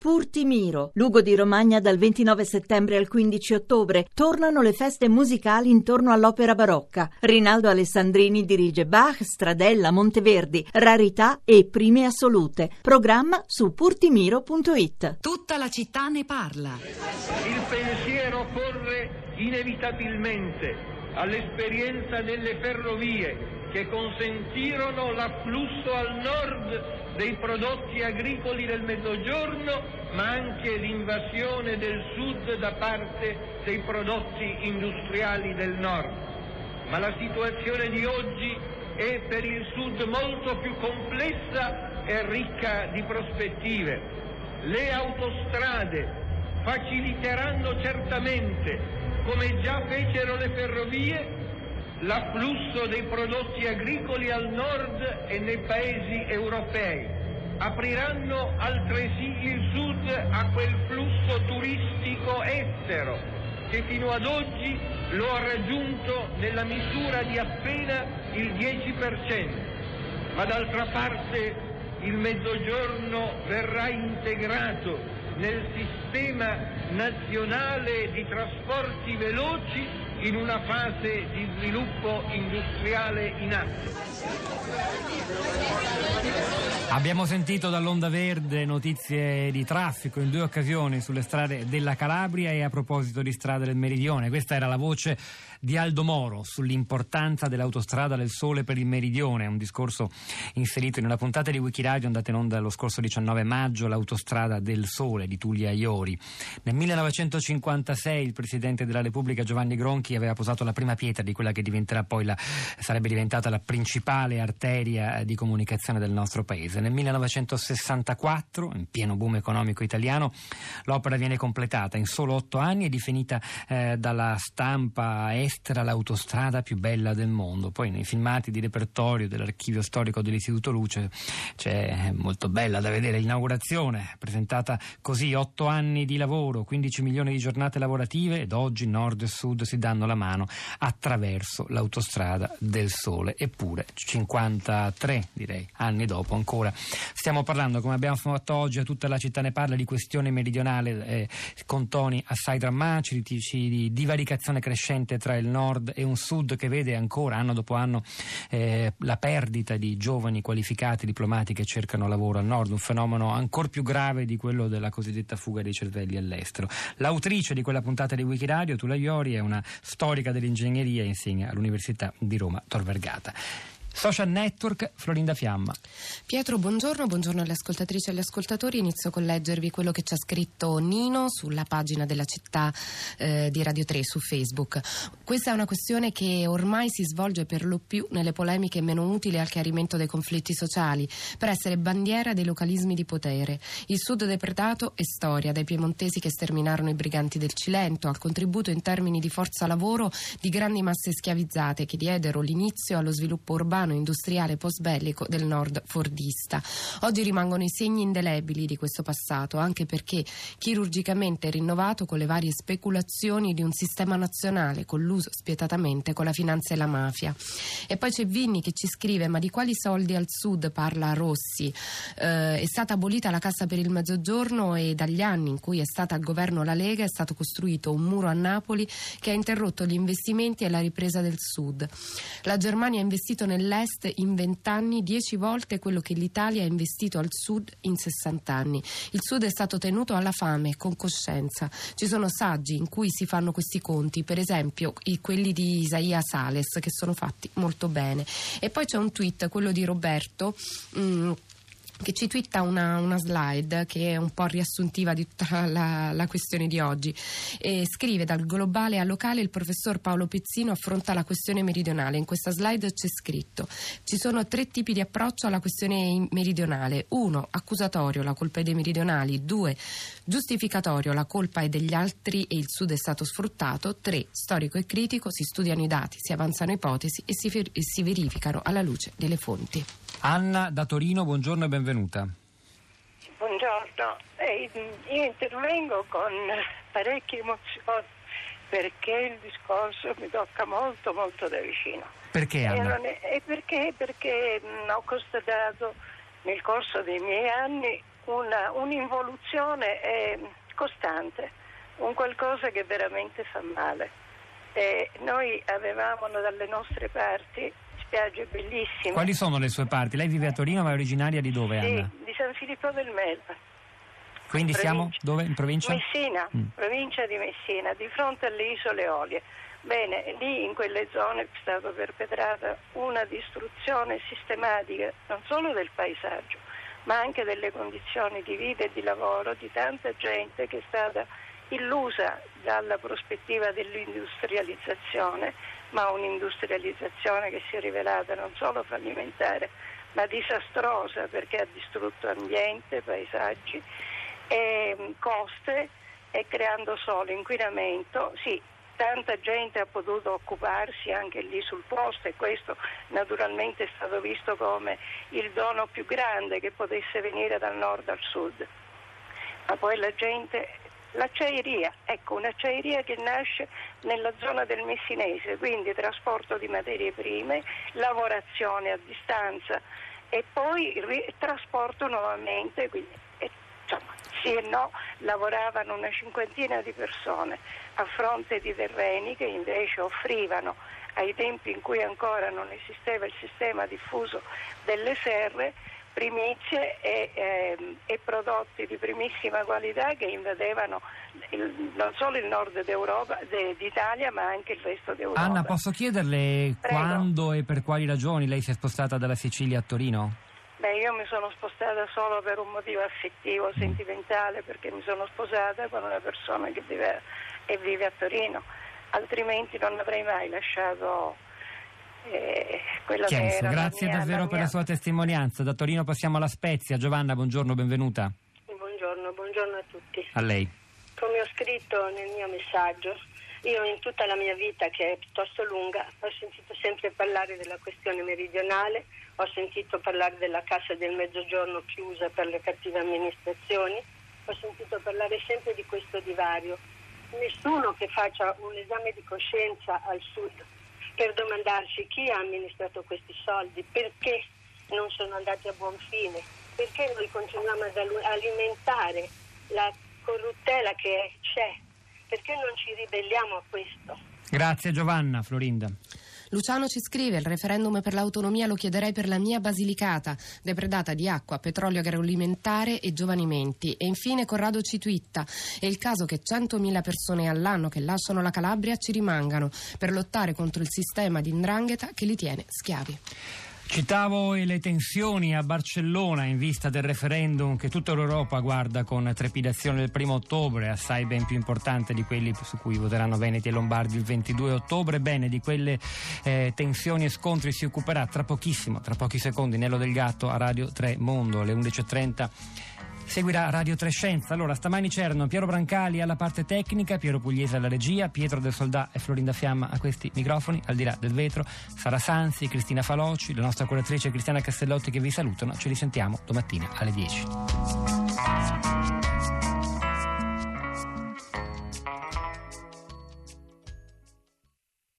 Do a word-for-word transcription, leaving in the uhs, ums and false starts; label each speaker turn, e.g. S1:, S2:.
S1: Purtimiro, Lugo di Romagna dal ventinove settembre al quindici ottobre. Tornano le feste musicali intorno all'opera barocca. Rinaldo Alessandrini dirige Bach, Stradella, Monteverdi, Rarità e Prime Assolute. Programma su purtimiro punto it.
S2: Tutta la città ne parla.
S3: Il pensiero corre inevitabilmente all'esperienza delle ferrovie che consentirono l'afflusso al nord dei prodotti agricoli del Mezzogiorno, ma anche l'invasione del sud da parte dei prodotti industriali del nord. Ma la situazione di oggi è per il sud molto più complessa e ricca di prospettive. Le autostrade faciliteranno certamente, come già fecero le ferrovie, l'afflusso dei prodotti agricoli al nord e nei paesi europei. Apriranno altresì il sud a quel flusso turistico estero che fino ad oggi lo ha raggiunto nella misura di appena il dieci per cento. Ma d'altra parte il Mezzogiorno verrà integrato nel sistema nazionale di trasporti veloci in una fase di sviluppo industriale in atto.
S4: Abbiamo sentito dall'Onda Verde notizie di traffico in due occasioni sulle strade della Calabria e a proposito di strade del Meridione. Questa era la voce di Aldo Moro sull'importanza dell'autostrada del Sole per il Meridione, un discorso inserito in una puntata di Wikiradio andata in onda lo scorso diciannove maggio, l'autostrada del Sole di Tullio Aiori. Nel millenovecentocinquantasei il Presidente della Repubblica Giovanni Gronchi aveva posato la prima pietra di quella che diventerà poi la, sarebbe diventata la principale arteria di comunicazione del nostro paese. Nel millenovecentosessantaquattro, in pieno boom economico italiano, l'opera viene completata in solo otto anni e definita eh, dalla stampa estera l'autostrada più bella del mondo. Poi nei filmati di repertorio dell'archivio storico dell'Istituto Luce c'è molto bella da vedere l'inaugurazione, presentata così: otto anni di lavoro, quindici milioni di giornate lavorative ed oggi nord e sud si danno la mano attraverso l'autostrada del Sole. Eppure cinquantatré direi anni dopo ancora stiamo parlando, come abbiamo fatto oggi a Tutta la città ne parla, di questione meridionale eh, con toni assai drammatici, di divaricazione crescente tra il nord e un sud che vede ancora anno dopo anno eh, la perdita di giovani qualificati diplomati che cercano lavoro al nord, un fenomeno ancor più grave di quello della cosiddetta fuga dei cervelli all'estero. L'autrice di quella puntata di Wikiradio, Tullio Aiori, è una storica dell'ingegneria e insegna all'Università di Roma Tor Vergata. Social Network, Florinda Fiamma.
S5: Pietro, buongiorno, buongiorno alle ascoltatrici e agli ascoltatori. Inizio con leggervi quello che ci ha scritto Nino sulla pagina della città eh, di Radio tre su Facebook. Questa è una questione che ormai si svolge per lo più nelle polemiche meno utili al chiarimento dei conflitti sociali, per essere bandiera dei localismi di potere. Il sud depredato è storia, dai piemontesi che sterminarono i briganti del Cilento al contributo in termini di forza lavoro di grandi masse schiavizzate che diedero l'inizio allo sviluppo urbano industriale post-bellico del nord fordista. Oggi rimangono i segni indelebili di questo passato, anche perché chirurgicamente rinnovato con le varie speculazioni di un sistema nazionale colluso spietatamente con la finanza e la mafia. E poi c'è Vinni che ci scrive: ma di quali soldi al sud parla Rossi? Eh, è stata abolita la Cassa per il Mezzogiorno e dagli anni in cui è stata al governo la Lega è stato costruito un muro a Napoli che ha interrotto gli investimenti e la ripresa del sud. La Germania ha investito nel l'Est in vent'anni dieci volte quello che l'Italia ha investito al Sud in sessant'anni. Il Sud è stato tenuto alla fame con coscienza. Ci sono saggi in cui si fanno questi conti, per esempio i, quelli di Isaia Sales, che sono fatti molto bene. E poi c'è un tweet, quello di Roberto, mh, che ci twitta una, una slide che è un po' riassuntiva di tutta la, la questione di oggi. E scrive: dal globale al locale il professor Paolo Pezzino affronta la questione meridionale. In questa slide c'è scritto: ci sono tre tipi di approccio alla questione meridionale. Uno, accusatorio, la colpa è dei meridionali. Due, giustificatorio, la colpa è degli altri e il sud è stato sfruttato. Tre, storico e critico, si studiano i dati, si avanzano ipotesi e si, ver- e si verificano alla luce delle fonti.
S4: Anna da Torino, buongiorno e benvenuta.
S6: Buongiorno, eh, io intervengo con parecchia emozione perché il discorso mi tocca molto molto da vicino.
S4: Perché, Anna?
S6: E non è, è perché, perché mh, ho constatato nel corso dei miei anni una, un'involuzione eh, costante, un qualcosa che veramente fa male. Eh, noi avevamo dalle nostre parti spiagge bellissime.
S4: Quali sono le sue parti? Lei vive a Torino, ma è originaria di dove,
S6: sì,
S4: Anna?
S6: Di San Filippo del Mela.
S4: Quindi siamo dove? In provincia?
S6: Messina,
S4: mm.
S6: provincia di Messina, di fronte alle isole Olie. Bene, lì in quelle zone è stata perpetrata una distruzione sistematica non solo del paesaggio, ma anche delle condizioni di vita e di lavoro di tanta gente che è stata illusa dalla prospettiva dell'industrializzazione, ma un'industrializzazione che si è rivelata non solo fallimentare, ma disastrosa, perché ha distrutto ambiente, paesaggi e coste, e creando solo inquinamento. Sì, tanta gente ha potuto occuparsi anche lì sul posto, e questo naturalmente è stato visto come il dono più grande che potesse venire dal nord al sud. Ma poi la gente, l'acciaieria, ecco, un'acciaieria che nasce nella zona del Messinese, quindi trasporto di materie prime, lavorazione a distanza e poi ri- trasporto nuovamente, quindi e, insomma, sì e no, lavoravano una cinquantina di persone a fronte di terreni che invece offrivano, ai tempi in cui ancora non esisteva il sistema diffuso delle serre, primizie e, eh, e prodotti di primissima qualità che invadevano il, non solo il nord d'Europa, de, d'Italia, ma anche il resto d'Europa.
S4: Anna, posso chiederle
S6: Prego.
S4: Quando e per quali ragioni lei si è spostata dalla Sicilia a Torino?
S6: Beh, io mi sono spostata solo per un motivo affettivo, sentimentale, perché mi sono sposata con una persona che vive e vive a Torino, altrimenti non avrei mai lasciato eh, quella
S4: Chiaro,
S6: che era
S4: grazie
S6: la mia,
S4: davvero
S6: la
S4: per
S6: mia...
S4: la sua testimonianza. Da Torino passiamo alla Spezia. Giovanna, buongiorno, benvenuta.
S7: Buongiorno, buongiorno a tutti.
S4: A lei.
S7: Come ho scritto nel mio messaggio, io in tutta la mia vita, che è piuttosto lunga, ho sentito sempre parlare della questione meridionale, ho sentito parlare della Cassa del Mezzogiorno chiusa per le cattive amministrazioni, ho sentito parlare sempre di questo divario. Nessuno che faccia un esame di coscienza al sud per domandarsi chi ha amministrato questi soldi, perché non sono andati a buon fine, perché noi continuiamo ad alimentare la corruttela che c'è, perché non ci ribelliamo a questo.
S4: Grazie Giovanna. Florinda.
S5: Luciano ci scrive: il referendum per l'autonomia lo chiederei per la mia Basilicata, depredata di acqua, petrolio agroalimentare e giovanimenti. E infine Corrado ci twitta: è il caso che centomila persone all'anno che lasciano la Calabria ci rimangano per lottare contro il sistema di 'ndrangheta che li tiene schiavi.
S4: Citavo le tensioni a Barcellona in vista del referendum che tutta l'Europa guarda con trepidazione del primo ottobre, assai ben più importante di quelli su cui voteranno Veneti e Lombardi il ventidue ottobre. Bene, di quelle eh, tensioni e scontri si occuperà tra pochissimo, tra pochi secondi, Nello Del Gatto a Radio tre Mondo, alle undici e trenta. Seguirà Radio tre Scienza. Allora, stamani c'erano Piero Brancali alla parte tecnica, Piero Pugliese alla regia, Pietro del Soldà e Florinda Fiamma a questi microfoni. Al di là del vetro, Sara Sanzi, Cristina Faloci, la nostra curatrice Cristiana Castellotti che vi salutano. Ci risentiamo domattina alle dieci.